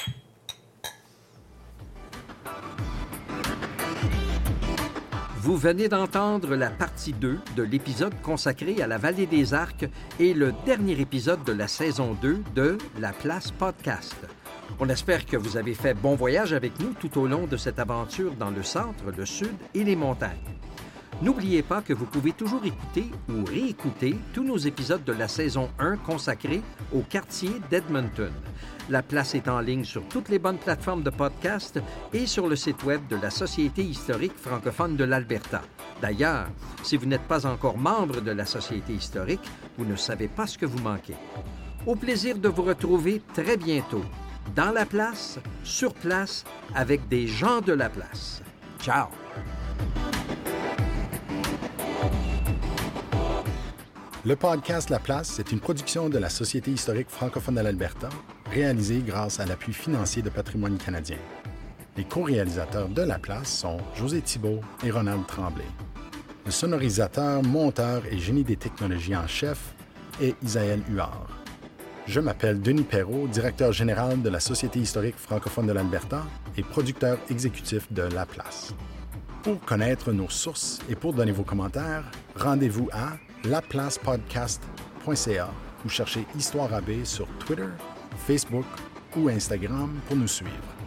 Vous venez d'entendre la partie deux de l'épisode consacré à la Vallée des Arcs et le dernier épisode de la saison deux de La Place Podcast. On espère que vous avez fait bon voyage avec nous tout au long de cette aventure dans le centre, le sud et les montagnes. N'oubliez pas que vous pouvez toujours écouter ou réécouter tous nos épisodes de la saison un consacrés au quartier d'Edmonton. La place est en ligne sur toutes les bonnes plateformes de podcast et sur le site web de la Société historique francophone de l'Alberta. D'ailleurs, si vous n'êtes pas encore membre de la Société historique, vous ne savez pas ce que vous manquez. Au plaisir de vous retrouver très bientôt. Dans la place, sur place, avec des gens de la place. Ciao! Le podcast La Place est une production de la Société historique francophone de l'Alberta, réalisée grâce à l'appui financier de Patrimoine canadien. Les co-réalisateurs de La Place sont José Thibault et Ronald Tremblay. Le sonorisateur, monteur et génie des technologies en chef est Isaël Huard. Je m'appelle Denis Perrault, directeur général de la Société historique francophone de l'Alberta et producteur exécutif de La Place. Pour connaître nos sources et pour donner vos commentaires, rendez-vous à la place podcast point c a ou cherchez Histoire A B sur Twitter, Facebook ou Instagram pour nous suivre.